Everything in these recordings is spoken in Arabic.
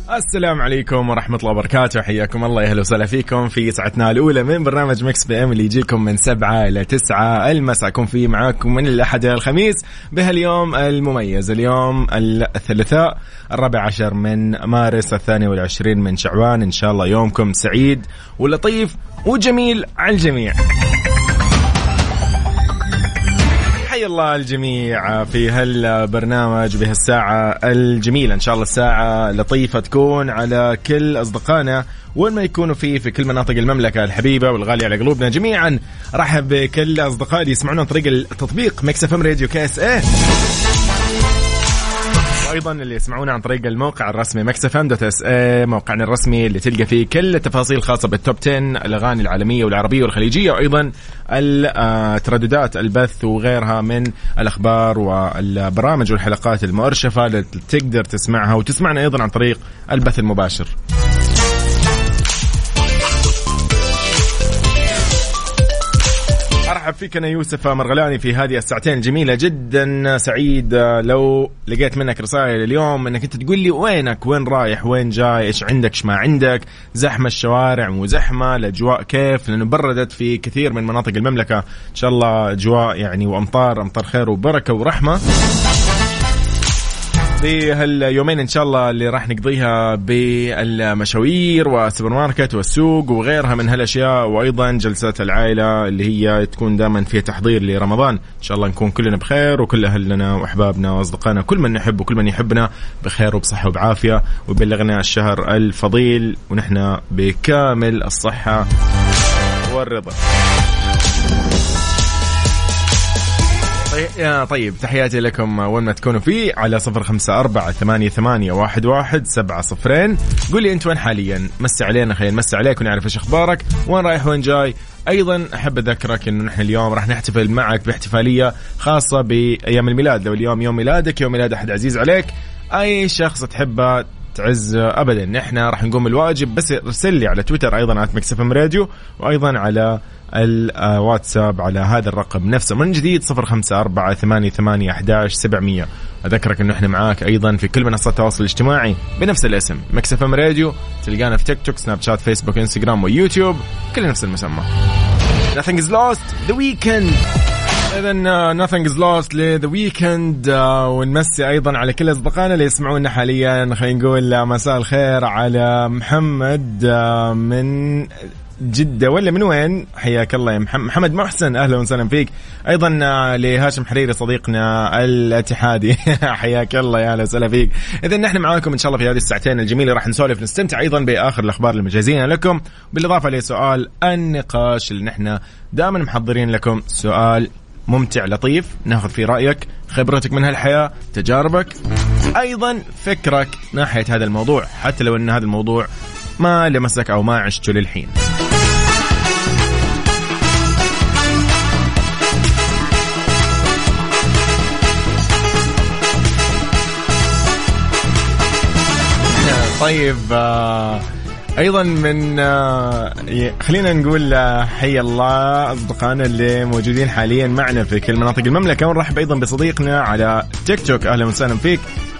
السلام عليكم ورحمة الله وبركاته، حياكم الله، يا أهلا وسهلا فيكم في ساعتنا الأولى من برنامج مكس بي ام اللي يجيكم من 7 إلى 9 المساء. أكون فيه معاكم من الأحد إلى الخميس بهاليوم المميز، اليوم الثلاثاء 14 من مارس 22 من شعبان. إن شاء الله يومكم سعيد ولطيف وجميل على الجميع. حي الله الجميع في هالبرنامج بهالساعة الجميلة. إن شاء الله الساعة لطيفة تكون على كل أصدقائنا وين ما يكونوا في كل مناطق المملكة الحبيبة والغالية على قلوبنا جميعا. رحب بكل أصدقائي يسمعونا عن طريق التطبيق ميكس اف ام راديو KSA، وأيضا اللي يسمعونا عن طريق الموقع الرسمي mixfm.sa، موقعنا الرسمي اللي تلقى فيه كل التفاصيل الخاصة بالتوب 10 الأغاني العالمية والعربية والخليجية، وأيضا الترددات البث وغيرها من الأخبار والبرامج والحلقات المؤرشفة اللي تقدر تسمعها وتسمعنا أيضا عن طريق البث المباشر. أرحب فيك أنا يوسف مرغلاني في هذه الساعتين الجميلة. جدا سعيد لو لقيت منك رسائل اليوم أنك أنت تقول لي وينك، وين رايح، وين جاي، إيش عندك، إيش ما عندك، زحمة الشوارع مو زحمة، الأجواء كيف، لأنه بردت في كثير من مناطق المملكة. إن شاء الله أجواء يعني وأمطار خير وبركة ورحمة في هاليومين إن شاء الله اللي راح نقضيها بالمشاوير والسوبر ماركت والسوق وغيرها من هالأشياء، وأيضا جلسات العائلة اللي هي تكون دائما فيها تحضير لرمضان. إن شاء الله نكون كلنا بخير وكل أهلنا وأحبابنا وأصدقائنا كل من نحب وكل من يحبنا بخير وبصحة وبعافية، ويبلغنا الشهر الفضيل ونحن بكامل الصحة والرضا. طيب تحياتي لكم وين ما تكونوا فيه على 0548811700. قول لي أنت وين حاليا، مسي علينا، خلينا نمسي عليك ونعرف إيش أخبارك، وين رايح وين جاي. أيضا أحب أذكرك إنه نحن اليوم راح نحتفل معك باحتفالية خاصة بأيام الميلاد. لو اليوم يوم ميلادك، يوم ميلاد أحد عزيز عليك، أي شخص تحبه تعز أبدا، نحن راح نقوم الواجب. بس ارسل لي على تويتر أيضا @mixfmradio، وأيضا على الواتساب على هذا الرقم نفسه من جديد 0548811700. أذكرك إنه إحنا معاك أيضا في كل منصات التواصل الاجتماعي بنفس الاسم ميكس اف ام راديو. تلقانا في تيك توك، سناب شات، فيسبوك، انستغرام ويوتيوب، كل نفس المسمى. Nothing is lost The Weekend. إذن Nothing is lost ل The Weekend. ونمسي أيضا على كل أصدقائنا اللي يسمعونا حاليا. خلينا نقول مساء الخير على محمد من جدة ولا من وين؟ حياك الله يا محمد محسن، أهلا وسهلا فيك. أيضا لهاشم حريري صديقنا الاتحادي حياك الله، يا أهلا وسهلا فيك. إذن نحن معاكم إن شاء الله في هذه الساعتين الجميلة، راح نسولف نستمتع أيضا بآخر الأخبار اللي مجهزينها لكم، بالإضافة لسؤال النقاش اللي نحن دائما محضرين لكم، سؤال ممتع لطيف ناخذ في رأيك، خبرتك من هالحياة، تجاربك، أيضا فكرك ناحية هذا الموضوع، حتى لو أن هذا الموضوع ما لمسك أو ما عشته للحين. طيب أيضا من خلينا نقول حي الله أصدقائنا اللي موجودين حاليا معنا في كل مناطق المملكة، ونرحب أيضا بصديقنا على تيك توك، أهلا وسهلا فيك.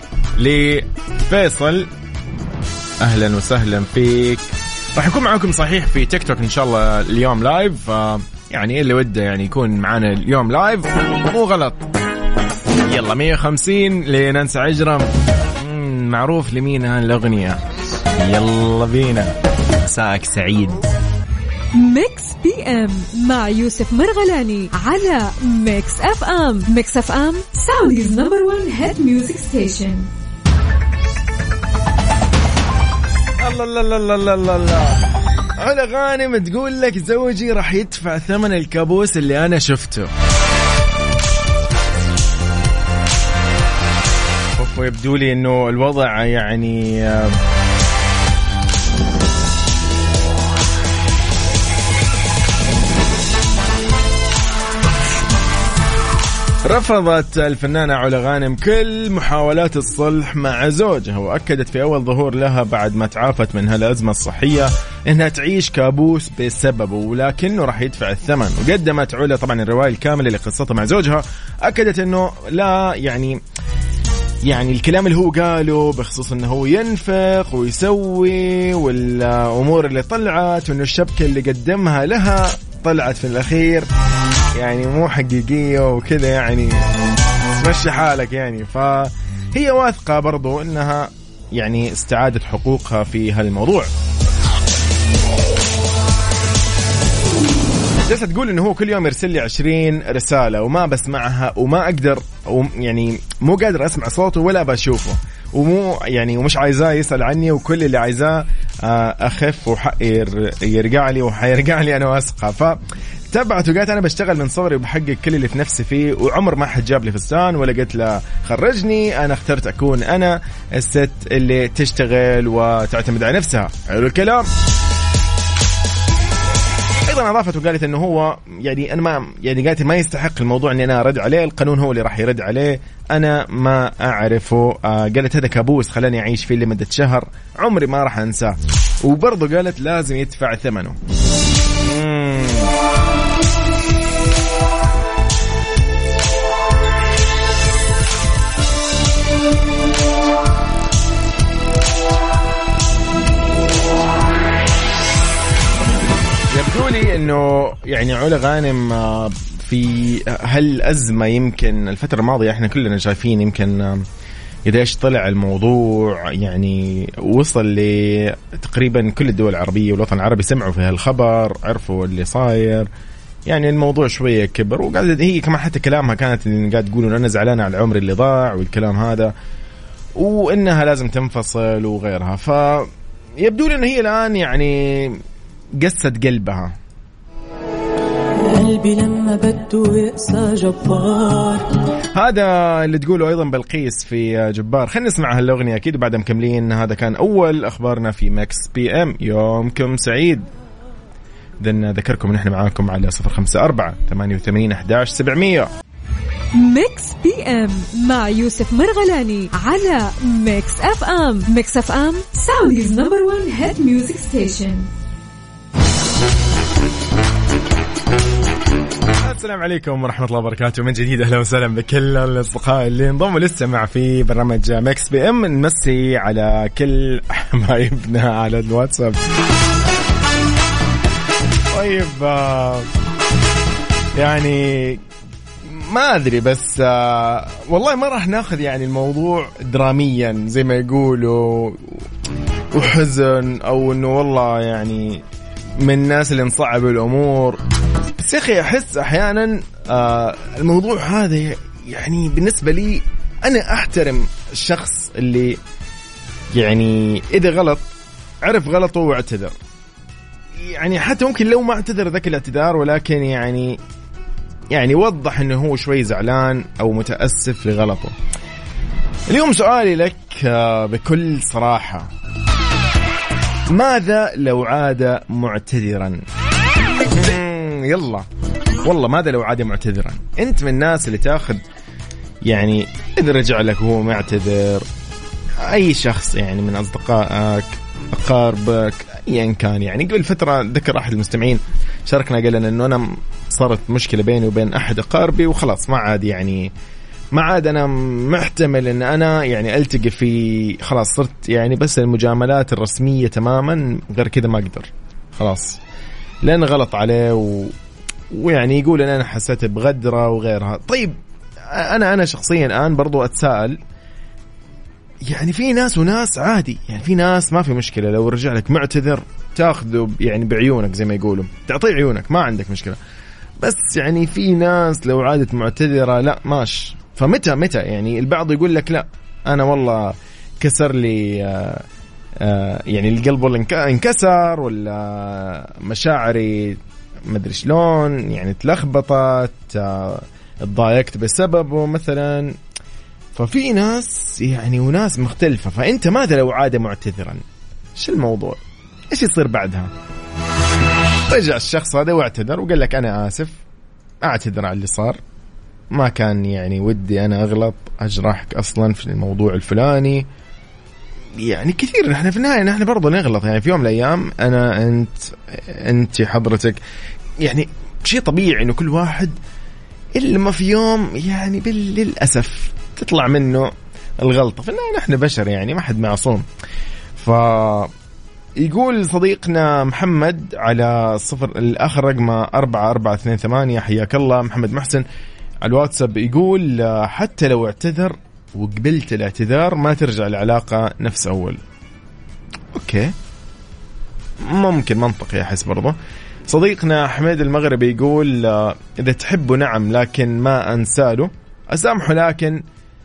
لفيصل أهلا وسهلا فيك. راح يكون معكم صحيح في تيك توك إن شاء الله اليوم لايف، يعني اللي وده يعني يكون معنا اليوم لايف مو غلط. يلا 150 لنانسي عجرم، معروف لمين هالأغنية، يلا بينا. مساءك سعيد. ميكس بي ام مع يوسف مرغلاني على ميكس اف ام. ميكس اف ام سعوديز نمبر 1 هيد ميوزك ستيشن. الله الله الله الله الله الله. علا غانم تقول لك زوجي راح يدفع ثمن الكابوس اللي أنا شفته. ويبدو لي إنه الوضع يعني رفضت الفنانة علا غانم كل محاولات الصلح مع زوجها، وأكدت في أول ظهور لها بعد ما تعافت من هالأزمة الصحية إنها تعيش كابوس بسببه، ولكنه راح يدفع الثمن. وقدمت علا طبعا الرواية الكاملة لقصتها مع زوجها، أكدت إنه لا يعني يعني الكلام اللي هو قاله بخصوص انه هو ينفق ويسوي والامور اللي طلعت وانه الشبكة اللي قدمها لها طلعت في الاخير يعني مو حقيقية وكذا، يعني تمشي حالك يعني. فهي واثقة برضو انها يعني استعادت حقوقها في هالموضوع. جالسة تقول إنه هو كل يوم يرسل لي 20 رسالة وما بسمعها وما أقدر، يعني مو قادر أسمع صوته ولا بشوفه، ومو يعني ومش عايزاه يسأل عني، وكل اللي عايزاه أخف ويرجع لي وحيرجع لي أنا واثقة. فتبعت وقالت أنا بشتغل من صغري وبحقق كل اللي في نفسي فيه، وعمر ما حد جاب لي فستان ولا قلت له خرجني، أنا اخترت أكون أنا الست اللي تشتغل وتعتمد على نفسها. حلو الكلام. أيضا أضافت وقالت إنه هو يعني أنا ما يعني قالت ما يستحق الموضوع إني أنا أرد عليه، القانون هو اللي راح يرد عليه، أنا ما أعرفه. قالت هذا كابوس خلاني أعيش فيه لمدة شهر عمري ما راح أنساه، وبرضه قالت لازم يدفع ثمنه. يبدولي انه يعني علا غانم في هالأزمة يمكن الفترة الماضية احنا كلنا شايفين يمكن قديش طلع الموضوع، يعني وصل لتقريبا كل الدول العربية والوطن العربي سمعوا في هالخبر، عرفوا اللي صاير، يعني الموضوع شوية كبر. وقاعدة هي كمان حتى كلامها كانت اللي قاعد تقول أنا زعلانة على العمر اللي ضاع والكلام هذا، وإنها لازم تنفصل وغيرها. فيبدو لي إن هي الآن يعني قست قلبها. قلبي لما بده يقسى جبار، هذا اللي تقوله أيضا بلقيس في جبار. خلينا نسمع هالأغنية أكيد وبعدها مكملين. هذا كان أول أخبارنا في مكس بي ام. يومكم سعيد. إذن ذكركم نحن معاكم على 054-88-11-700. ميكس بي ام مع يوسف مرغلاني على ميكس اف ام. ميكس اف ام سعوديز نمبر 1 هيد ميوزك ستيشن. السلام عليكم ورحمة الله وبركاته من جديد. أهلا وسهلا بكل الأصدقاء اللي انضموا لسه مع في برنامج مكس بي ام. نمسي على كل حبايبنا على الواتساب. طيب يعني ما أدري بس والله ما راح ناخذ يعني الموضوع دراميا زي ما يقولوا وحزن أو إنه والله يعني من الناس اللي نصعب الأمور. بس يا أخي أحس أحيانا الموضوع هذا يعني بالنسبة لي أنا أحترم الشخص اللي يعني إذا غلط عرف غلطه واعتذر، يعني حتى ممكن لو ما اعتذر ذاك الاعتذار ولكن يعني وضح إنه هو شوي زعلان أو متأسف لغلطه. اليوم سؤالي لك بكل صراحة، ماذا لو عاد معتذرا؟ يلا والله ماذا لو عاد معتذرا؟ انت من الناس اللي تاخذ يعني اذا رجع لك وهو معتذر اي شخص يعني من اصدقائك اقاربك ايا كان، يعني قبل فتره ذكر احد المستمعين شاركنا قال لنا انه انا صارت مشكله بيني وبين احد اقاربي وخلاص ما عاد يعني ما عاد أنا محتمل أن أنا يعني ألتقي في خلاص صرت يعني بس المجاملات الرسمية تماما، غير كذا ما أقدر خلاص لأن غلط عليه ويعني يقول أن أنا حسيت بغدرة وغيرها. طيب أنا شخصيا الآن برضو أتساءل، يعني في ناس وناس عادي، يعني في ناس ما في مشكلة لو رجع لك معتذر تأخذه يعني بعيونك زي ما يقولوا تعطيه عيونك ما عندك مشكلة، بس يعني في ناس لو عادت معتذرة لا ماش. فمتى يعني البعض يقول لك لا أنا والله كسر لي يعني القلب ولا انكسر ولا مشاعري مدري شلون يعني تلخبطت اتضايقت بسببه مثلا. ففي ناس يعني وناس مختلفة. فأنت ماذا لو عاد معتذرا؟ إيش الموضوع؟ إيش يصير بعدها؟ رجع الشخص هذا واعتذر وقال لك أنا آسف، أعتذر على اللي صار، ما كان يعني ودي أنا أغلط أجرحك أصلا في الموضوع الفلاني. يعني كثير نحن في النهاية نحن برضو نغلط، يعني في يوم من الأيام أنا أنت حضرتك، يعني شيء طبيعي إنه كل واحد إلا ما في يوم يعني للأسف تطلع منه الغلطة، فنحن بشر يعني ما حد معصوم. يقول صديقنا محمد على الآخر رقمه 4428، حياك الله محمد محسن على الواتساب، يقول حتى لو اعتذر وقبلت الاعتذار ما ترجع العلاقة نفس أول. أوكي ممكن منطقي أحس برضه. صديقنا حميد المغربي يقول إذا تحبه نعم لكن ما أنساله، أسامحه لكن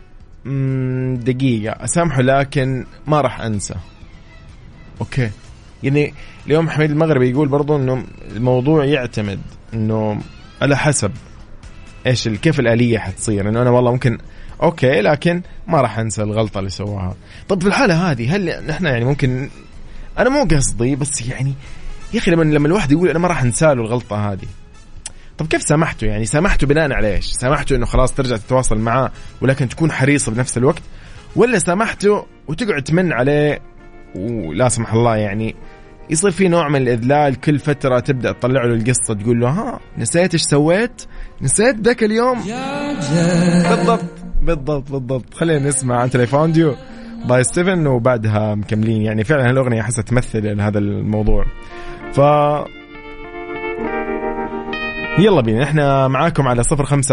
دقيقة أسامحه لكن ما راح أنسى. أوكي يعني اليوم حميد المغربي يقول برضو إنه الموضوع يعتمد إنه على حسب إيش كيف الآلية حتصير، إنه أنا والله ممكن أوكي لكن ما راح أنسى الغلطة اللي سواها. طب في الحالة هذه هل نحن يعني ممكن، أنا مو قصدي بس يعني يا أخي لما الواحد يقول أنا ما راح أنسى له الغلطة هذه، طب كيف سامحته؟ يعني سامحته بناء على إيش؟ سامحته إنه خلاص ترجع تتواصل معاه ولكن تكون حريصة بنفس الوقت، ولا سامحته وتقعد تمن عليه ولا سمح الله يعني يصير في نوع من الإذلال، كل فترة تبدأ تطلع له القصة تقول له ها نسيت إيش سويت؟ نسيت ذاك اليوم؟ بالضبط. خلينا نسمع أنت فاونديو باي ستيفن وبعدها مكملين. يعني فعلا هالأغنية حاسة تمثل هذا الموضوع. يلا بينا احنا معاكم على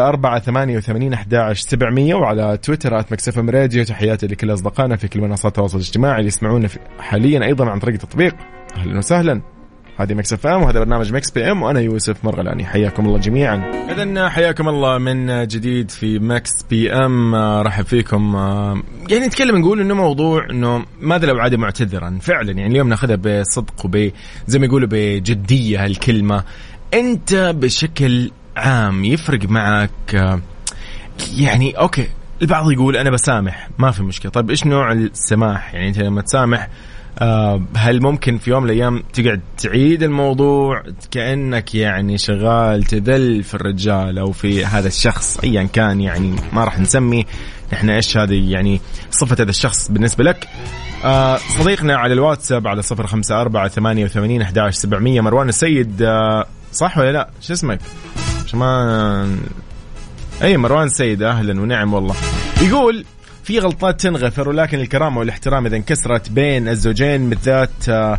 0548811700 وعلى تويتر @مكسفمراديو. تحياتي لكل أصدقائنا في كل منصات التواصل الاجتماعي اللي يسمعونا حاليا أيضا عن طريق التطبيق. أهلا وسهلا، هذه مكس اف ام وهذا برنامج مكس بي ام وأنا يوسف مرغلاني. حياكم الله جميعا. إذن حياكم الله من جديد في مكس بي ام. رحب فيكم. يعني نتكلم نقول إنه موضوع إنه ماذا لو عاد معتذرا. فعلا يعني اليوم ناخذها بصدق زي ما يقولوا بجدية هالكلمة. أنت بشكل عام يفرق معك يعني أوكي البعض يقول أنا بسامح ما في مشكلة. طيب إيش نوع السماح؟ يعني أنت لما تسامح هل ممكن في يوم من الأيام تقعد تعيد الموضوع كأنك يعني شغال تذل في الرجال أو في هذا الشخص أيا كان، يعني ما راح نسمي نحن إيش هذه يعني صفة هذا الشخص بالنسبة لك. صديقنا على الواتساب على 0548811700 مروان السيد. صح ولا لا؟ شو اسمك؟ شمان أي مروان السيد. أهلا ونعم والله. يقول في غلطات تنغفر ولكن الكرامة والاحترام إذا انكسرت بين الزوجين بالذات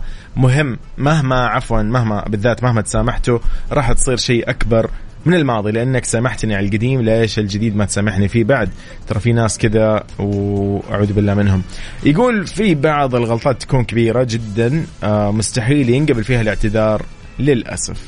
مهما تسامحتوا راح تصير شيء أكبر من الماضي، لأنك سامحتني على القديم ليش الجديد ما تسامحني فيه بعد؟ ترى في ناس كذا وأعوذ بالله منهم. يقول في بعض الغلطات تكون كبيرة جدا مستحيل ينقبل فيها الاعتذار للأسف.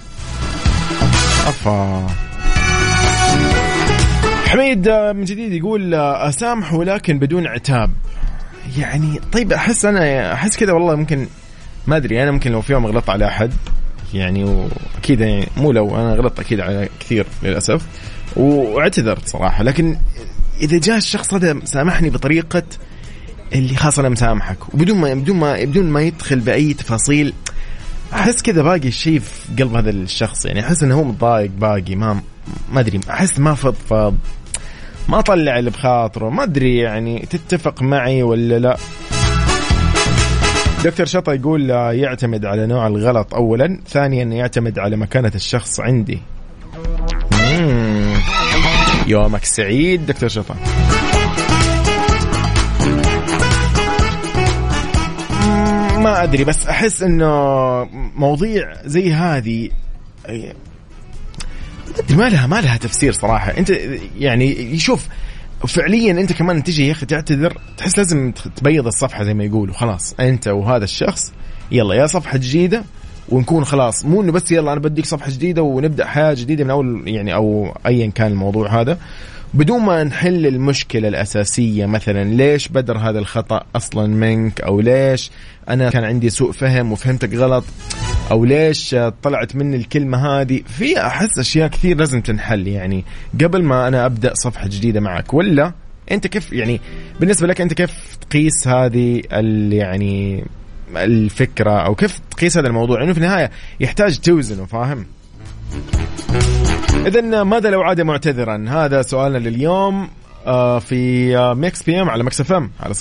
حميد من جديد يقول أسامح ولكن بدون عتاب. يعني طيب أحس كذا والله ممكن ما أدري، أنا ممكن لو في يوم غلطت على أحد يعني وأكيد يعني مو لو أنا غلطت أكيد على كثير للأسف واعتذرت صراحة، لكن إذا جاء الشخص هذا سامحني بطريقة اللي خاصة أنا مسامحك وبدون ما يدخل بأي تفاصيل، أحس كذا باقي الشيء في قلب هذا الشخص. يعني أحس إنه هو متضايق باقي ما أدري، أحس ما فضفض ما طلع اللي بخاطره، ما أدري يعني تتفق معي ولا لا. دكتور شطة يقول يعتمد على نوع الغلط أولا، ثانيا يعتمد على مكانة الشخص عندي. يومك سعيد دكتور شطة. ما أدري بس أحس إنه مواضيع زي هذه ما لها تفسير صراحة. أنت يعني يشوف فعليا أنت كمان تجي يا أخي تعتذر تحس لازم تبيض الصفحة زي ما يقولوا، خلاص أنت وهذا الشخص يلا يا صفحة جديدة ونكون خلاص، مو إنه بس يلا أنا بديك صفحة جديدة ونبدأ حياة جديدة من أول يعني أو أيا كان الموضوع هذا، بدون ما نحل المشكلة الأساسية. مثلا ليش بدر هذا الخطأ أصلا منك، أو ليش أنا كان عندي سوء فهم وفهمتك غلط، أو ليش طلعت مني الكلمة هذه. في أحس أشياء كثير لازم تنحل يعني قبل ما أنا أبدأ صفحة جديدة معك. ولا أنت كيف يعني بالنسبة لك أنت كيف تقيس هذه يعني الفكرة أو كيف تقيس هذا الموضوع؟ إنه في النهاية يحتاج توزنه، فاهم؟ إذن ماذا لو عاد معتذرا؟ هذا سؤالنا لليوم في ميكس بي ام على مكس اف ام على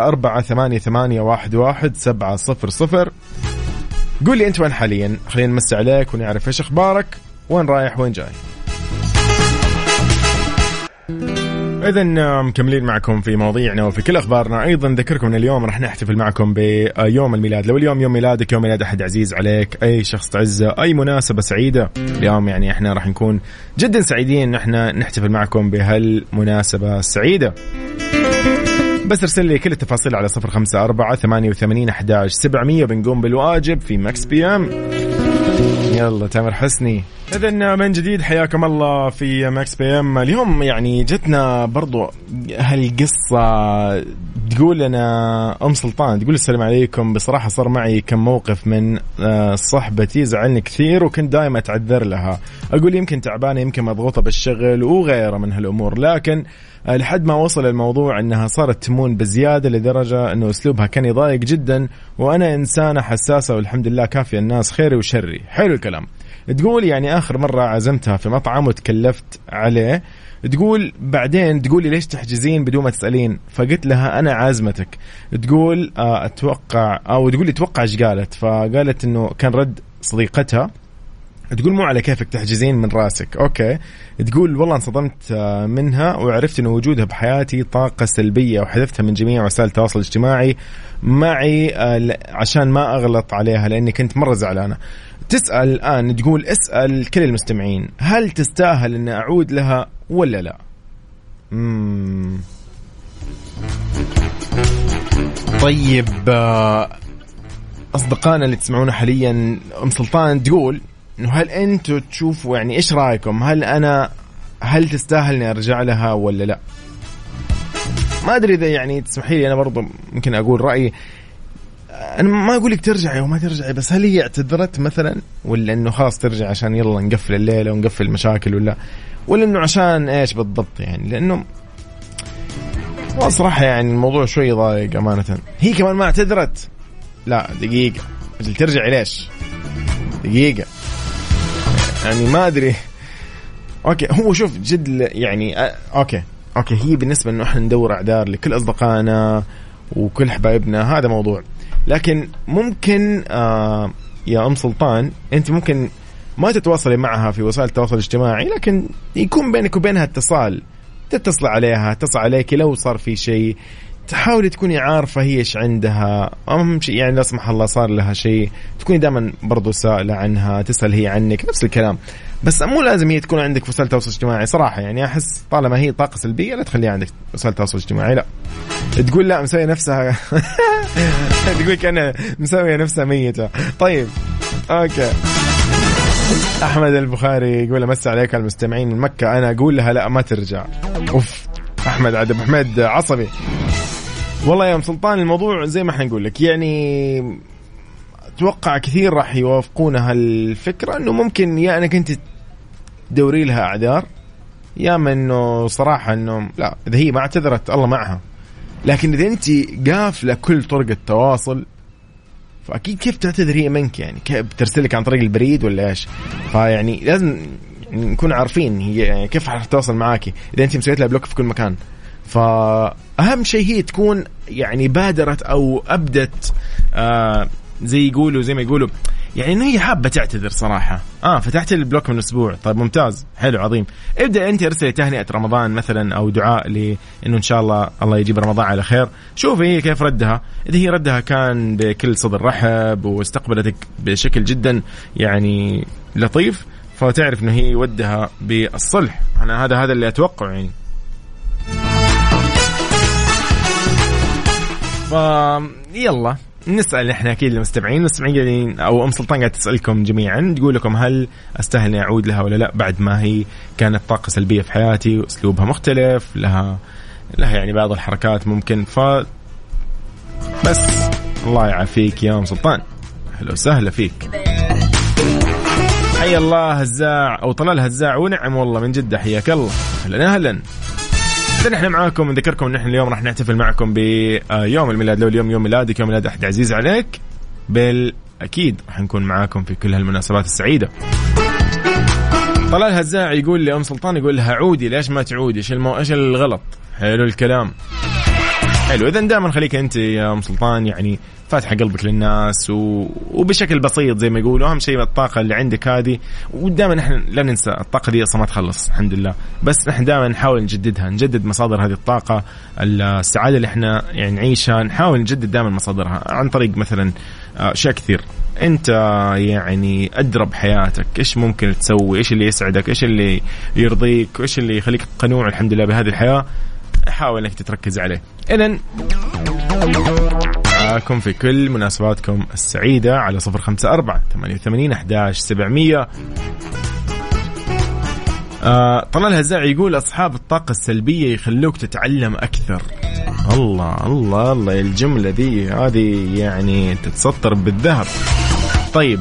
0548811700. قول لي أنت وين حاليا، خلينا نمسي عليك ونعرف إيش أخبارك، وين رايح وين جاي. إذا مكملين معكم في مواضيعنا وفي كل أخبارنا. أيضا ذكركم أن اليوم رح نحتفل معكم بيوم الميلاد. لو اليوم يوم ميلادك، يوم ميلاد أحد عزيز عليك، أي شخص تعزه، أي مناسبة سعيدة اليوم، يعني إحنا رح نكون جدا سعيدين نحن نحتفل معكم بهالمناسبة السعيدة. بس ارسل لي كل التفاصيل على 0548811700 بنقوم بالواجب في مكس بي ام. يلا تامر حسني. إذن من جديد حياكم الله في ماكس بي ام. اليوم يعني جتنا برضو هالقصة، تقول أنا أم سلطان تقول السلام عليكم. بصراحة صار معي كم موقف من صحبتي زعلني كثير، وكنت دائما أتعذر لها، أقول يمكن تعبانة، يمكن مضغوطة بالشغل وغيره من هالأمور، لكن لحد ما وصل الموضوع أنها صارت تمون بزيادة لدرجة أنه أسلوبها كان يضايق جدا، وأنا إنسانة حساسة والحمد لله كافية الناس خيري وشري. حلو الكلام. تقول يعني آخر مرة عزمتها في مطعم وتكلفت عليه، تقول بعدين تقولي ليش تحجزين بدون ما تسألين، فقلت لها أنا عازمتك. تقول أتوقع، أو تقولي توقع إيش قالت، فقالت إنه كان رد صديقتها، تقول مو على كيفك تحجزين من راسك. أوكي. تقول والله انصدمت منها، وعرفت إنه وجودها بحياتي طاقة سلبية، وحذفتها من جميع وسائل التواصل الاجتماعي معي عشان ما أغلط عليها، لأني كنت مرة زعلانة. تسأل الآن، تقول اسأل كل المستمعين، هل تستاهل أن أعود لها ولا لا؟ طيب أصدقائنا اللي تسمعونا حاليا، أم سلطان تقول إنه هل أنتوا تشوفوا يعني إيش رأيكم؟ هل تستاهل أن أرجع لها ولا لا؟ ما أدري إذا يعني تسمحي لي أنا برضو ممكن أقول رأيي. أنا ما أقولك ترجعي وما ترجعي، بس هل هي اعتذرت مثلا، ولا إنه خلاص ترجع عشان يلا نقفل الليلة ونقفل المشاكل، ولا إنه عشان إيش بالضبط يعني؟ لأنه صراحة يعني الموضوع شوي ضايق أمانة. هي كمان ما اعتذرت. لا دقيقة، ترجعي ليش؟ دقيقة يعني ما أدري. أوكي هو شوف جد يعني أوكي هي بالنسبة إنه إحنا ندور أعذار لكل أصدقائنا وكل حبايبنا، هذا موضوع. لكن ممكن يا أم سلطان أنت ممكن ما تتواصلي معها في وسائل التواصل الاجتماعي، لكن يكون بينك وبينها اتصال، تتصل عليها، تصل عليك لو صار في شيء، تحاولي تكوني عارفة هي إيش عندها. أهم شيء يعني لا سمح الله صار لها شيء، تكوني دائما برضو سائلة عنها، تسأل هي عنك، نفس الكلام. بس مو لازم هي تكون عندك وسائل التواصل الاجتماعي صراحة، يعني أحس طالما هي طاقة سلبية لا تخليها عندك وسائل التواصل الاجتماعي. لا تقول لا مسوية نفسها تقول كأنها مسوية نفسها ميتة. طيب أوكي. أحمد البخاري يقول مسا عليك المستمعين من مكة، أنا أقول لها لا ما ترجع. أوف أحمد عدب أحمد عصبي والله يا أم سلطان. الموضوع زي ما احنا نقول لك، يعني أتوقع كثير راح يوافقون هالفكرة إنه ممكن يا أنك أنت تدوري لها أعذار، يا من إنه صراحة إنه لا إذا هي ما اعتذرت الله معها. لكن إذا أنت قافلة كل طرق التواصل، فأكيد كيف تعتذري منك؟ يعني كيف بترسلك عن طريق البريد ولا إيش؟ فيعني لازم نكون عارفين هي يعني كيف راح تتواصل معاكي إذا أنت مسويت لها بلوك في كل مكان. فأهم شيء هي تكون يعني بادرت أو أبدت زي ما يقولوا يعني إن هي حابة تعتذر صراحة. فتحت البلوك من أسبوع، طيب ممتاز حلو عظيم. ابدأ أنت ارسلي تهنئة رمضان مثلا أو دعاء لإنه إن شاء الله يجيب رمضان على خير. شوفي هي كيف ردها، إذا هي ردها كان بكل صدر رحب واستقبلتك بشكل جدا يعني لطيف، فتعرف إنه هي ودها بالصلح. أنا هذا اللي أتوقع يعني. يلا نسأل إحنا أكيد المستمعين أو أم سلطان قاعد تسألكم جميعا، تقول لكم هل أستاهل أني أعود لها ولا لا بعد ما هي كانت طاقة سلبية في حياتي وأسلوبها مختلف، لها يعني بعض الحركات ممكن بس الله يعافيك يا أم سلطان. أهلا وسهلا فيك. حي الله هزاع أو طلال هزاع، ونعم والله من جدة حياك الله. أهلا نحن معاكم. نذكركم ان احنا اليوم راح نحتفل معكم بيوم الميلاد. لو اليوم يوم ميلادك، يوم ميلاد احد عزيز عليك، بالاكيد راح نكون معاكم في كل هالمناسبات السعيده. طلال هزاع يقول لأم سلطان، يقول لها عودي، ليش ما تعودي؟ ايش الغلط؟ حلو الكلام. حلو. إذن دائما خليك أنت يا أم سلطان يعني فاتحة قلبك للناس وبشكل بسيط زي ما يقولوا. أهم شيء الطاقة اللي عندك هذه، ودائما نحن لا ننسى الطاقة دي أصلا ما تخلص الحمد لله، بس نحن دائما نحاول نجددها، نجدد مصادر هذه الطاقة. السعادة اللي احنا يعني نعيشها نحاول نجدد دائما مصادرها عن طريق مثلا أشياء كثير. أنت يعني أدرب حياتك، إيش ممكن تسوي، إيش اللي يسعدك، إيش اللي يرضيك، إيش اللي يخليك قنوع الحمد لله بهذه الحياة، حاول انك تتركز عليه. إذن معاكم في كل مناسباتكم السعيدة على 054-88-11-700. طلال الهزاعي يقول أصحاب الطاقة السلبية يخلوك تتعلم أكثر. الله الله الله، الجملة دي هذه يعني تتسطر بالذهب. طيب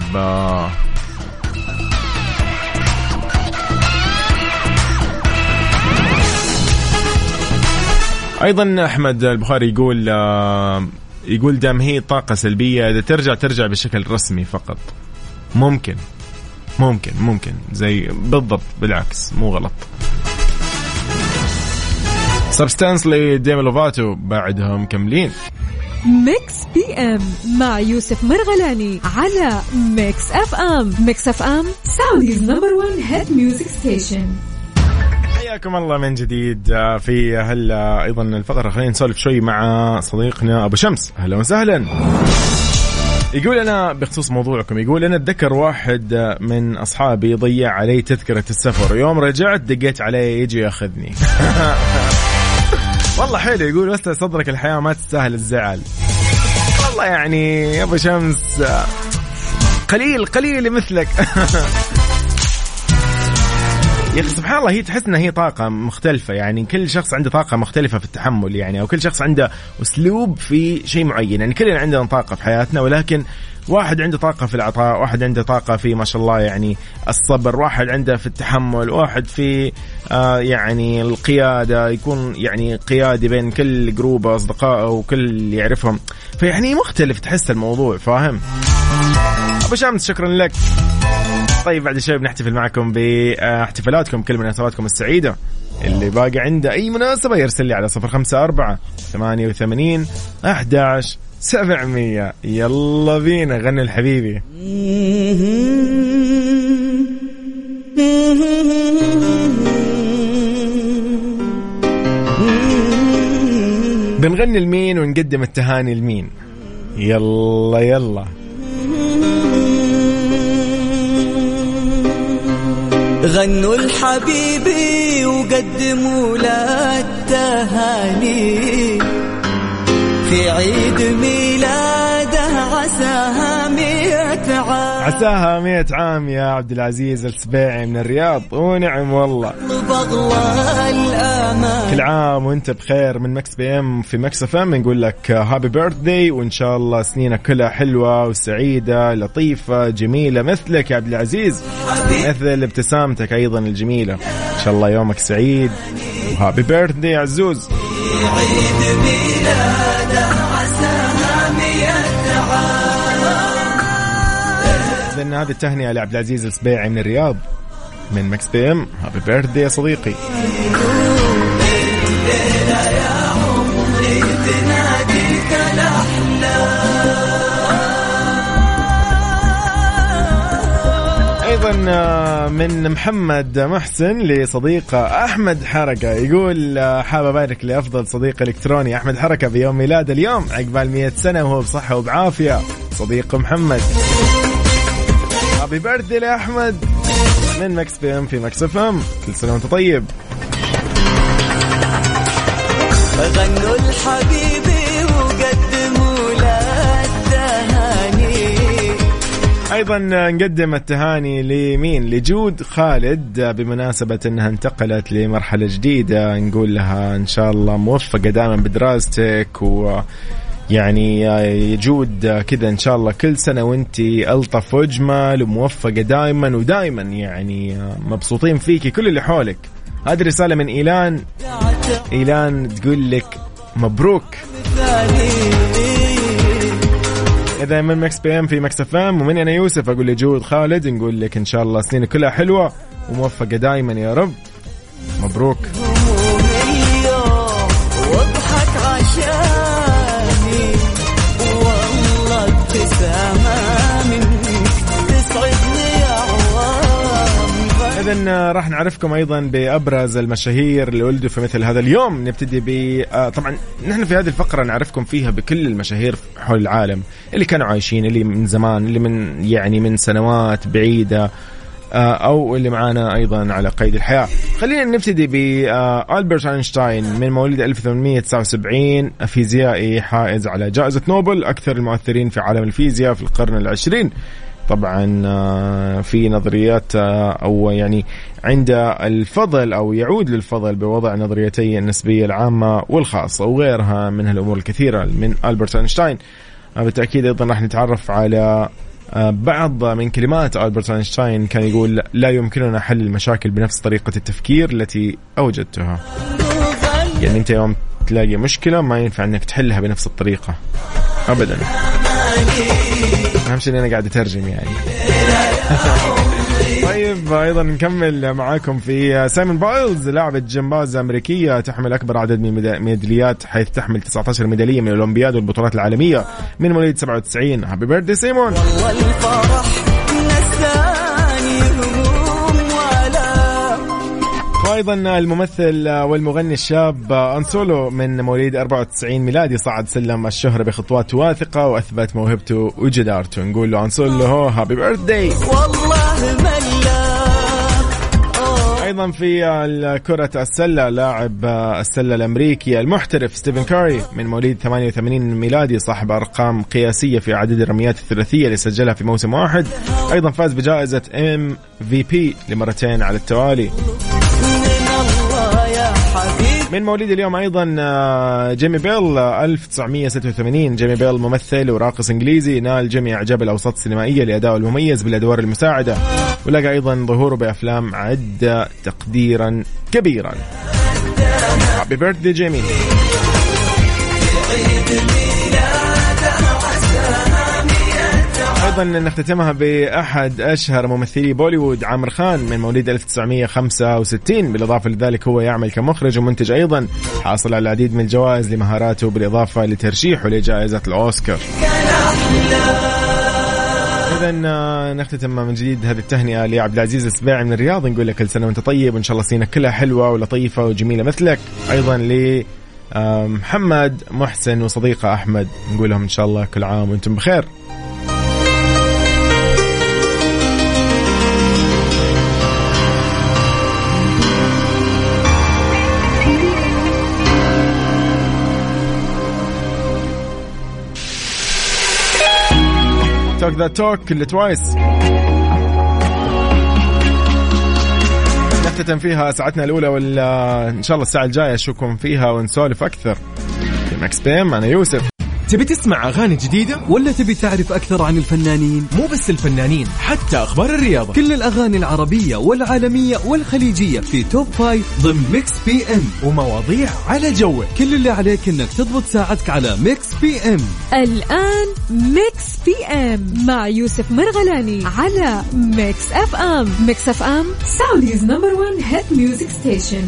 أيضا أحمد البخاري يقول دام هي طاقة سلبية إذا ترجع بشكل رسمي فقط. ممكن زي بالضبط، بالعكس مو غلط. سبستانس لديمي لوفاتو بعدهم مكملين. ميكس بي ام مع يوسف مرغلاني على ميكس اف ام. ميكس اف ام سعوديز نمبر 1 هيد ميوزك ستيشن. حياكم الله من جديد في هلا أيضا الفقرة. خلينا نسولف شوي مع صديقنا أبو شمس. أهلا وسهلا. يقول أنا بخصوص موضوعكم، يقول أنا أتذكر واحد من أصحابي ضيع علي تذكرة السفر، يوم رجعت دقيت عليه يجي ياخذني. والله حلو. يقول وسط صدرك الحياة ما تستاهل الزعل. والله يعني يا أبو شمس قليل مثلك. يا أخي سبحان الله، هي تحس إنها هي طاقة مختلفة، يعني كل شخص عنده طاقة مختلفة في التحمل يعني، أو كل شخص عنده أسلوب في شيء معين. يعني كلنا عندنا طاقة في حياتنا، ولكن واحد عنده طاقة في العطاء، واحد عنده طاقة في ما شاء الله يعني الصبر، واحد عنده في التحمل، واحد في يعني القيادة، يكون يعني قيادي بين كل جروب أصدقائه وكل اللي يعرفهم، فيعني مختلف تحس الموضوع، فاهم؟ أبو شمس شكرا لك. طيب بعد شوي بنحتفل معكم باحتفالاتكم، كل مناسباتكم السعيدة. اللي باقي عنده أي مناسبة يرسل لي على 054-88-11-700. يلا بينا غني الحبيبي. بنغني المين ونقدم التهاني المين. يلا غنوا الحبيبي وقدموا له التهاني في عيد ميلاده، عساها 100 عام. عساها 100 عام يا عبد العزيز السبيعي من الرياض. ونعم والله. كل عام وانت بخير. من مكس بي ام في مكس اف ام نقول لك هابي بيرثدي، وان شاء الله سنينك كلها حلوة وسعيدة لطيفة جميلة مثلك يا عبد العزيز، مثل ابتسامتك ايضا الجميلة. ان شاء الله يومك سعيد وهابي بيرثدي يا عزوز. عيد ميلاده عساها 100 عام. لأن هذه التهنئة لعبد العزيز السبيعي من الرياض من مكس بي ام. هابي بيرثدي يا صديقي. أيضا من محمد محسن لصديقه أحمد حركة، يقول حاب أبارك لأفضل صديق إلكتروني أحمد حركة بيوم ميلاد اليوم، عقبال 100 سنة وهو بصحة وبعافية. صديق محمد هابي بيرثدي لأحمد من مكس بي ام في مكس اف ام. كل سنة وانت طيب. غنوا الحبيبي وقدموا له التهاني. أيضا نقدم التهاني لمين؟ لجود خالد بمناسبة أنها انتقلت لمرحلة جديدة. نقول لها إن شاء الله موفقة دائما بدراستك، ويعني يجود كذا إن شاء الله كل سنة وانتي ألطف وأجمل وموفقة دائما، ودائما يعني مبسوطين فيكي كل اللي حولك. هذه رسالة من إيلان تقول لك مبروك. إذا من مكس بي ام في مكس اف ام، ومن أنا يوسف أقول لجود خالد نقول لك إن شاء الله سنينك كلها حلوة وموفقة دائما يا رب. مبروك. واضحك عشان عساها منك تسعدني أعوام. إذن راح نعرفكم أيضا بأبرز المشاهير اللي ولدوا في مثل هذا اليوم. نبتدي طبعا نحن في هذه الفقرة نعرفكم فيها بكل المشاهير حول العالم اللي كانوا عايشين، اللي من زمان، اللي من سنوات بعيدة، أو اللي معانا أيضا على قيد الحياة. خلينا نبتدي بألبرت أينشتاين، من مواليد 1879، فيزيائي حائز على جائزة نوبل، أكثر المؤثرين في عالم الفيزياء في القرن العشرين. طبعا في نظريات أو يعني عند الفضل أو يعود للفضل بوضع نظريتي النسبية العامة والخاصة وغيرها من الأمور الكثيرة من ألبرت أينشتاين. بالتأكيد أيضا راح نتعرف على بعض من كلمات ألبرت أينشتاين. كان يقول: لا يمكننا حل المشاكل بنفس طريقة التفكير التي أوجدتها. يعني أنت يوم تلاقي مشكلة ما ينفع أنك تحلها بنفس الطريقة أبدا. أهم شيء أنا قاعد أترجم يعني. طيب أيضا نكمل معاكم في سايمون بايلز، لاعبة جمباز أمريكية تحمل أكبر عدد من الميداليات، حيث تحمل 19 ميدالية من الأولمبياد والبطولات العالمية، من مواليد 97. هابي بيرثدي سيمون. وأيضا الممثل والمغني الشاب أنسولو، من مواليد 94 ميلادي، صعد سلم الشهرة بخطوات واثقة وأثبت موهبته وجدارته. نقول له أنسولو هابي بيرثدي. أيضا في كرة السلة، لاعب السلة الأمريكي المحترف ستيفن كاري، من مواليد 88 ميلادي، صاحب أرقام قياسية في عدد الرميات الثلاثية اللي سجلها في موسم واحد. أيضا فاز بجائزة MVP لمرتين على التوالي. من مواليد اليوم أيضا جيمي بيل، 1986. جيمي بيل ممثل وراقص إنجليزي، نال جميع إعجاب الأوساط السينمائية لأدائه المميز بالأدوار المساعدة، ولقى أيضا ظهوره بأفلام عدة تقديرا كبيرا. Happy birthday جيمي. أيضا نختتمها بأحد أشهر ممثلي بوليوود، عامر خان، من مواليد 1965. بالإضافة لذلك هو يعمل كمخرج ومنتج أيضا، حاصل على العديد من الجوائز لمهاراته، بالإضافة لترشيحه لجائزة الأوسكار. إذا نختتم من جديد هذه التهنئة لعبد العزيز السباعي من الرياض، نقول لك كل سنة وانت طيب، وإن شاء الله سنة كلها حلوة ولطيفة وجميلة مثلك. أيضا لمحمد محسن وصديقه أحمد، نقول لهم إن شاء الله كل عام وانتم بخير. توك ذا توك اللي توايس نختتم فيها ساعتنا الأولى، إن شاء الله الساعة الجاية أشوفكم فيها ونسولف أكثر في ماكس بي إم. أنا يوسف. تبي تسمع أغاني جديدة ولا تبي تعرف أكثر عن الفنانين؟ مو بس الفنانين، حتى أخبار الرياضة، كل الأغاني العربية والعالمية والخليجية في توب 5 ضمن ميكس بي إم، ومواضيع على جوك. كل اللي عليك إنك تضبط ساعتك على ميكس بي إم. الآن ميكس بي إم مع يوسف مرغلاني على ميكس أف أم. ميكس أف أم سعوديز نمبر 1 هيت ميوزك ستيشن.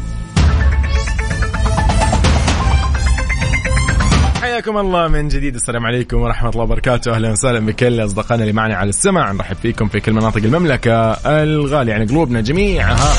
حياكم الله من جديد. السلام عليكم ورحمة الله وبركاته. أهلا وسهلا بكل أصدقائنا اللي معنا على السمع. نرحب فيكم في كل مناطق المملكة الغالية، يعني قلوبنا جميعها.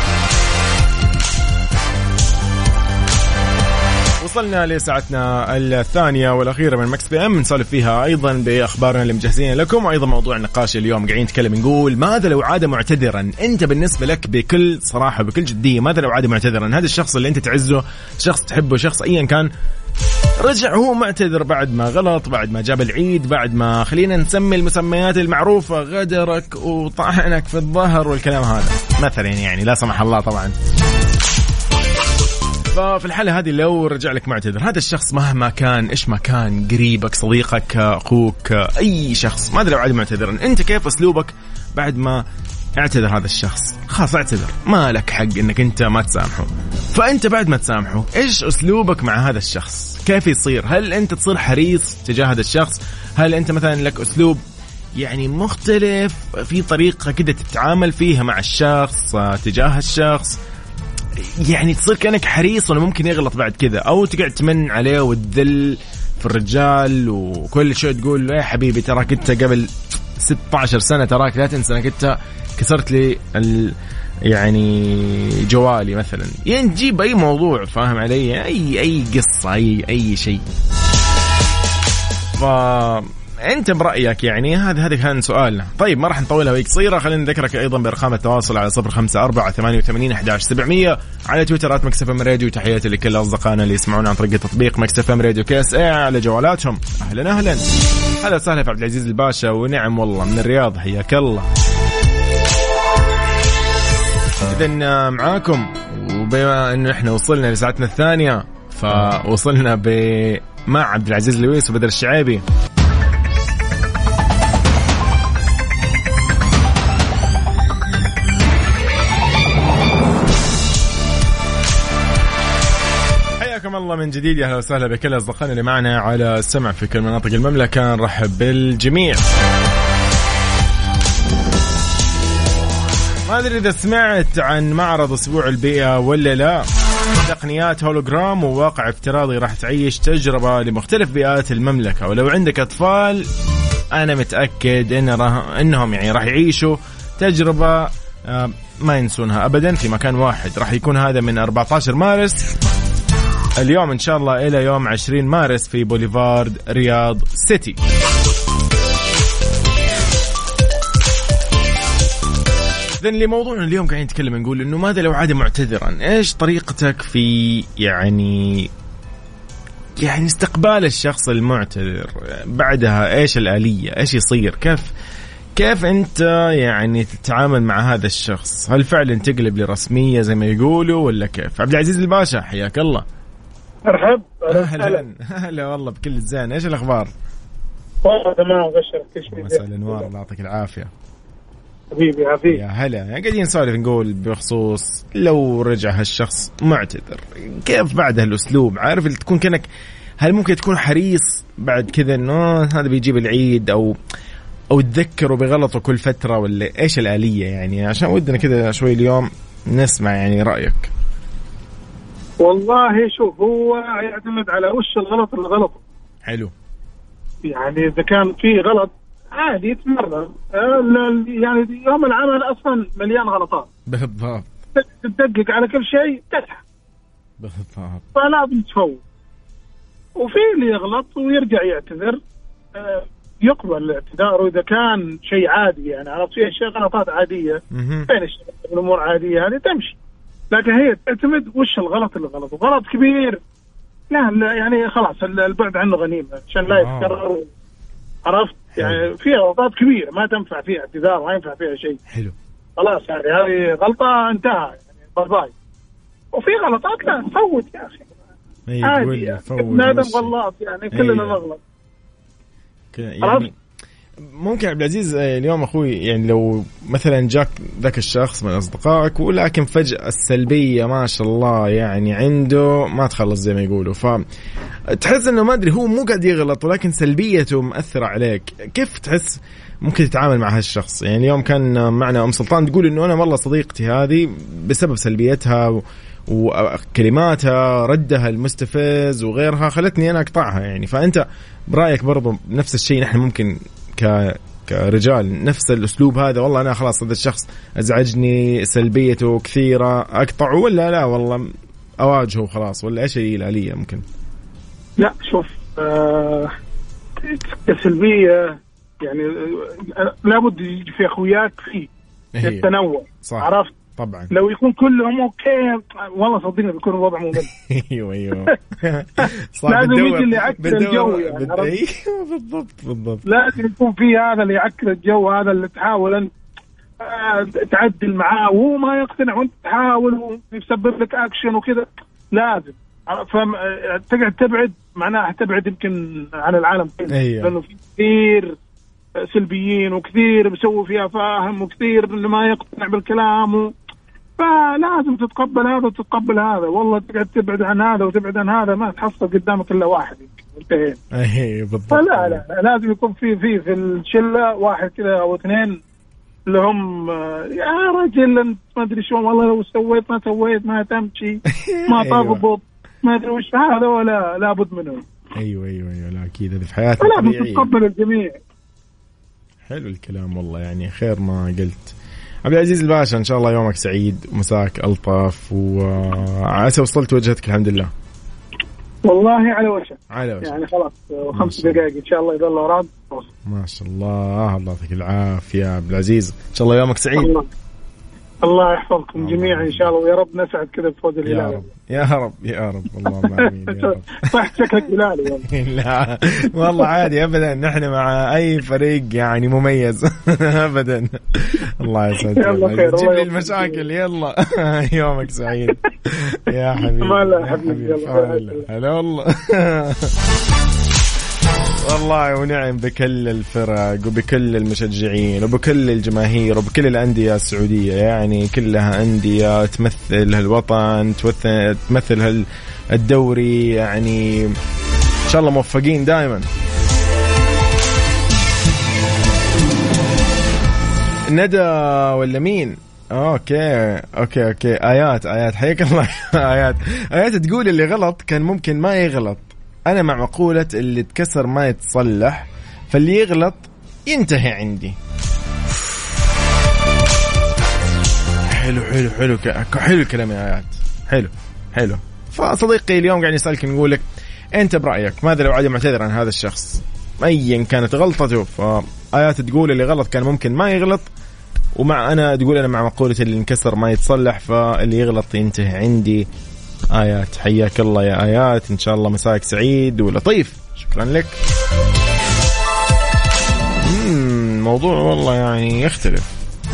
وصلنا لساعتنا الثانية والأخيرة من مكس بي إم، نسولف فيها أيضا بأخبارنا اللي مجهزين لكم، وأيضا موضوع النقاش اليوم قاعدين نتكلم نقول ماذا لو عاد معتذرا. أنت بالنسبة لك بكل صراحة بكل جدية، ماذا لو عاد معتذرا؟ هذا الشخص اللي أنت تعزه، شخص تحبه، شخص أيا كان، رجع هو معتذر بعد ما غلط، بعد ما جاب العيد، بعد ما خلينا نسمي المسميات المعروفة، غدرك وطعنك في الظهر والكلام هذا مثلا، يعني لا سمح الله طبعا. ففي الحالة هذه لو رجع لك معتذر، هذا الشخص مهما كان إيش ما كان، قريبك، صديقك، أخوك، أي شخص، ماذا لو عاد معتذرا؟ أنت كيف أسلوبك بعد ما اعتذر هذا الشخص؟ خلاص اعتذر، ما لك حق إنك أنت ما تسامحه. فأنت بعد ما تسامحه إيش أسلوبك مع هذا الشخص؟ كيف يصير؟ هل أنت تصير حريص تجاه هذا الشخص؟ هل أنت مثلا لك أسلوب يعني مختلف في طريقة كده تتعامل فيها مع الشخص تجاه الشخص؟ يعني تصير كأنك حريص ولا ممكن يغلط بعد كذا، أو تقعد تمن عليه وتذل في الرجال وكل شيء تقول له يا حبيبي تراك انت قبل 16 سنة تراك لا تنسى انك انت كسرت لي يعني جوالي مثلا. يعني تجيب اي موضوع فاهم علي، اي قصة اي شيء. فانت برأيك يعني هذا كان سؤالنا. طيب ما راح نطولها وهي قصيرة، خلينا نذكرك ايضا بارقام التواصل على 05488111700 على تويتر @مكسفم راديو. تحياتي لكل اصدقائنا اللي يسمعونا عن طريق تطبيق مكسفم راديو KSA على جوالاتهم. اهلا هلا وسهلا في عبد العزيز الباشا. ونعم والله من الرياض، حياك الله. إذن معاكم، وبما أنه إحنا وصلنا لساعتنا الثانية فوصلنا مع عبد العزيز لويس وبدر الشعيبي. حياكم الله من جديد، أهلا وسهلا بكل أصدقائنا اللي معنا على السمع في كل مناطق المملكة. نرحب بالجميع. ما أدري إذا سمعت عن معرض أسبوع البيئة ولا لا. تقنيات هولوجرام وواقع افتراضي راح تعيش تجربة لمختلف بيئات المملكة، ولو عندك أطفال أنا متأكد إنهم يعني راح يعيشوا تجربة ما ينسونها أبدا في مكان واحد. راح يكون هذا من 14 مارس اليوم إن شاء الله إلى يوم 20 مارس في بوليفارد رياض سيتي. إذن لموضوعنا اليوم قاعدين نتكلم نقول إنه ماذا لو عاد معتذرا؟ إيش طريقتك في يعني استقبال الشخص المعتذر؟ بعدها إيش الآلية؟ إيش يصير؟ كيف أنت يعني تتعامل مع هذا الشخص؟ هل فعلا تقلب لرسمية زي ما يقولوا ولا كيف؟ عبد العزيز الباشا حياك الله. مرحب. هلا والله بكل الزين. إيش الأخبار؟ والله تمام بشرك كل شيء. مساء الأنوار، الله يعطيك العافية. حبيبي يا هلا. قاعدين نسولف نقول بخصوص لو رجع هالشخص معتذر كيف بعد هالأسلوب؟ عارف اللي تكون كأنك هل ممكن تكون حريص بعد كذا إنه هذا بيجيب العيد أو تذكره بغلطه كل فترة، ولا إيش الآلية يعني؟ عشان ودنا كذا شوي اليوم نسمع يعني رأيك. والله شوف، هو يعتمد على وش الغلط اللي غلطه. حلو. يعني إذا كان في غلط عادي يتمرر، يعني يوم العمل أصلا مليان غلطات. بالضبط. تدقق على كل شيء تضحك. بالضبط. فلازم تفوق. وفي اللي يغلط ويرجع يعتذر، يقبل الاعتذار. وإذا كان شيء عادي يعني عرفت فيه شيء غلطات عادية بين الأمور عادية هذه تمشي، لكن هي تعتمد وش الغلط اللي غلطه. غلط كبير لا يعني خلاص البعد عنه غنيمة عشان لا يتكرر. عرفت يعني في غلطات كبيرة ما تنفع فيها اعتذار، ما ينفع فيها شيء. حلو. خلاص يعني هذه غلطة انتهى يعني باي. وفي غلطات لا فوت يا أخي عادي، نادم غلط يعني كلنا نغلط يعني. ممكن عبد العزيز اليوم أخوي يعني لو مثلا جاك ذاك الشخص من أصدقائك ولكن فجأة السلبية ما شاء الله يعني عنده ما تخلص زي ما يقولوا، فتحس إنه ما أدري هو مو قاعد يغلط ولكن سلبيته مؤثرة عليك، كيف تحس ممكن تتعامل مع هالشخص؟ يعني اليوم كان معنا أم سلطان تقول إنه أنا والله صديقتي هذه بسبب سلبيتها وكلماتها ردها المستفز وغيرها خلتني أنا أقطعها يعني. فأنت برأيك برضو نفس الشيء نحن ممكن كرجال نفس الأسلوب هذا؟ والله أنا خلاص هذا الشخص أزعجني سلبيته كثيرة أقطعه، ولا لا والله أواجهه خلاص، ولا إيش هي الآلية ممكن؟ لا شوف السلبية يعني لابد يجي في أخوياك فيه التنوع. عرفت طبعا. لو يكون كلهم اوكي والله صدقني بيكون الوضع ممل. ايوه لازم يجي اللي يعكر الجو يعني. بالضبط. لازم يكون في هذا اللي يعكر الجو، هذا اللي تحاول ان تعدل معاه وهو ما يقتنع وانت تحاول ويسبب لك اكشن وكذا. لازم تقعد تبعد، معناها تبعد يمكن عن العالم كله. لانه في كثير سلبيين وكثير بيسووا فيها فاهم وكثير اللي ما يقتنع بالكلام فلازم تتقبل هذا وتتقبل هذا. والله تقعد تبعد عن هذا وتبعد عن هذا ما تحصل قدامك إلا واحد انتهينا. بالضبط. لا لازم يكون في الشلة واحد كذا أو اثنين اللي هم يا رجل انت ما أدري شو والله لو سويت ما تمشي ما تضبط ما أدري وش هذا، ولا لابد منه. ايوه لا اكيد هذه في حياتنا لا طبيعيه. تتقبل الجميع. حلو الكلام والله، يعني خير ما قلت. عبد العزيز الباشا ان شاء الله يومك سعيد ومساك الطف، وعسى وصلت وجهتك الحمد لله. والله على وشك يعني خلاص 5 دقائق ان شاء الله يضل وراد. ما شاء الله، الله يعطيك العافيه يا عبد العزيز، ان شاء الله يومك سعيد. الله يحفظكم جميعا ان شاء الله، ويا رب نسعد كذا بفوز الهلال. يا رب اللهم امين يا رب. صح شكلك هلالي. لا والله عادي ابدا، نحن مع اي فريق يعني مميز ابدا. الله يسعدك، جيب لي المشاكل يلا. يومك سعيد يا حبيبي. ما حبيبي هلا والله. والله ونعم بكل الفرق وبكل المشجعين وبكل الجماهير وبكل الأندية السعودية، يعني كلها أندية تمثل هالوطن، تمثل هالدوري، يعني إن شاء الله موفقين دائما. ندى ولا مين؟ اوكي آيات حياك الله. آيات تقول اللي غلط كان ممكن ما يغلط. أنا مع مقولة اللي تكسر ما يتصلح، فاللي يغلط ينتهي عندي. حلو الكلام يا آيات، حلو. فصديقي اليوم قاعد يسألك نقولك أنت برأيك ماذا لو عاد معتذر عن هذا الشخص أيا كانت غلطته؟ فآيات تقول اللي غلط كان ممكن ما يغلط، ومع أنا تقول أنا مع مقولة اللي انكسر ما يتصلح، فاللي يغلط ينتهي عندي. آيات حياك الله يا آيات، إن شاء الله مساك سعيد ولطيف، شكرا لك. موضوع والله يعني يختلف.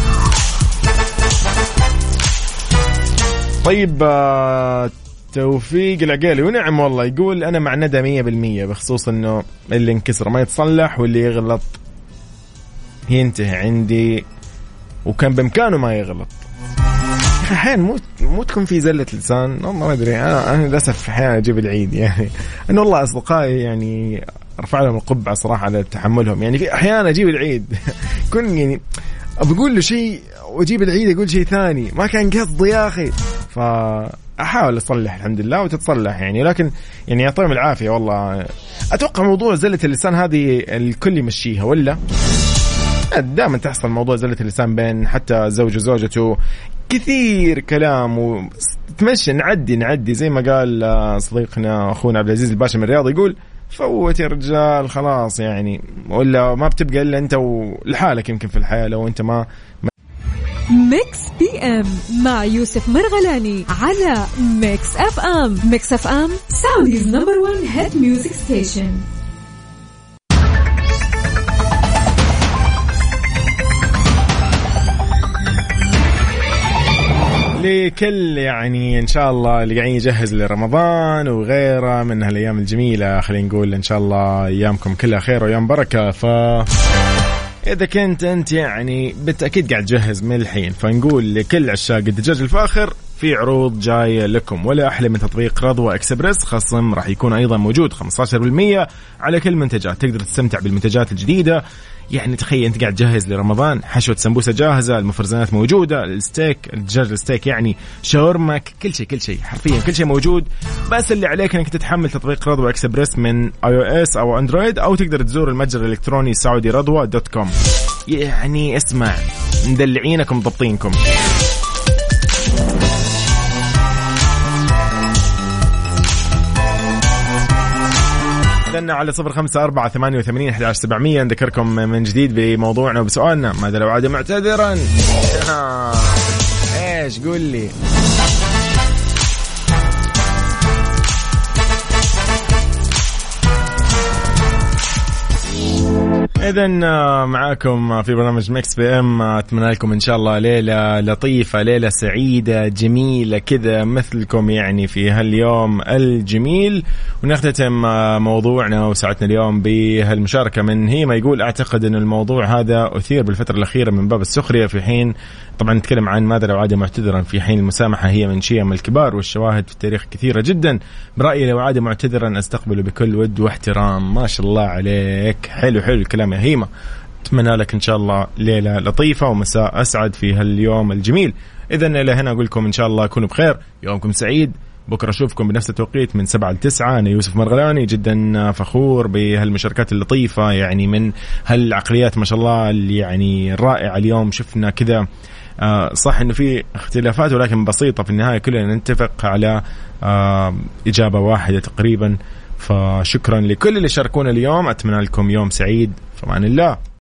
طيب توفيق العقيلي ونعم والله يقول أنا مع ندى 100% بخصوص أنه اللي انكسر ما يتصلح واللي يغلط ينتهي عندي، وكان بإمكانه ما يغلط. أحيانا مو تكون في زلة لسان، والله ما أدري. أنا للأسف أحيانا أجيب العيد، يعني أنه والله أصدقائي يعني أرفع لهم القبعة صراحة على تحملهم. يعني في أحيانا أجيب العيد كن يعني بقول له شيء وأجيب العيد أقول شيء ثاني، ما كان قصدي يا أخي. فأحاول أصلح الحمد لله وتتصلح يعني، لكن يعني يعطيهم العافية والله. أتوقع موضوع زلة اللسان هذه الكل يمشيها، ولا دائما تحصل موضوع زلة اللسان بين حتى زوج وزوجته، كثير كلام وتمشي نعدي زي ما قال صديقنا أخونا عبد العزيز الباشا من الرياض، يقول فوت يا رجال خلاص يعني، ولا ما بتبقى إلا أنت ولحالك يمكن في الحياة لو أنت ما. ميكس بي ام مع يوسف مرغلاني على ميكس اف ام. ميكس اف ام سعوديز نمبر 1 هيد ميوزك ستيشن. لكل يعني إن شاء الله اللي قاعدين يجهز لرمضان وغيره من هالأيام الجميلة، خلينا نقول إن شاء الله أيامكم كلها خير وأيام بركة. إذا كنت أنت يعني بالتأكيد قاعد تجهز من الحين، فنقول لكل عشاق الدجاج الفاخر في عروض جاية لكم، ولا أحلى من تطبيق رضوى إكسبرس. خصم راح يكون أيضا موجود 15% على كل منتجات، تقدر تستمتع بالمنتجات الجديدة. يعني تخيل أنت قاعد تجهز لرمضان، حشوة سمبوسة جاهزة، المفرزنات موجودة، الستيك الدجاج الستيك يعني شاورمك، كل شيء حرفيا كل شيء موجود. بس اللي عليك أنك تتحمل تطبيق رضوى إكسبرس من iOS أو أندرويد، أو تقدر تزور المتجر الإلكتروني سعودي رضوى.com. يعني اسمع مدلعينكم ضبطينكم. على 0548811700 نذكركم من جديد بموضوعنا وبسؤالنا ماذا لو عاد معتذرا. ايش قول لي. إذن معاكم في برنامج ميكس بي ام. أتمنى لكم إن شاء الله ليلة لطيفة، ليلة سعيدة جميلة كذا مثلكم يعني في هاليوم الجميل. ونختتم موضوعنا وساعتنا اليوم بهالمشاركة من هيما، يقول أعتقد أن الموضوع هذا أثير بالفترة الأخيرة من باب السخرية، في حين طبعا نتكلم عن ماذا لو عاد معتذرا، في حين المسامحة هي من شيم الكبار، والشواهد في التاريخ كثيرة جدا. برأيي لو عاد معتذرا أستقبله بكل ود واحترام. ما شاء الله عليك، حلو الكلام يا هيما. أتمنى لك إن شاء الله ليلة لطيفة ومساء أسعد في هاليوم الجميل. إذن إلى هنا أقول لكم إن شاء الله كونوا بخير، يومكم سعيد، بكرة أشوفكم بنفس التوقيت من 7 ل 9. أنا يوسف مرغلاني، جدا فخور بهالمشاركات اللطيفة يعني من هالعقليات ما شاء الله اللي يعني رائعة. اليوم شفنا كذا صح إنه في اختلافات ولكن بسيطة، في النهاية كلنا نتفق على إجابة واحدة تقريبا. فشكرا لكل اللي شاركونا اليوم، أتمنى لكم يوم سعيد، في أمان الله.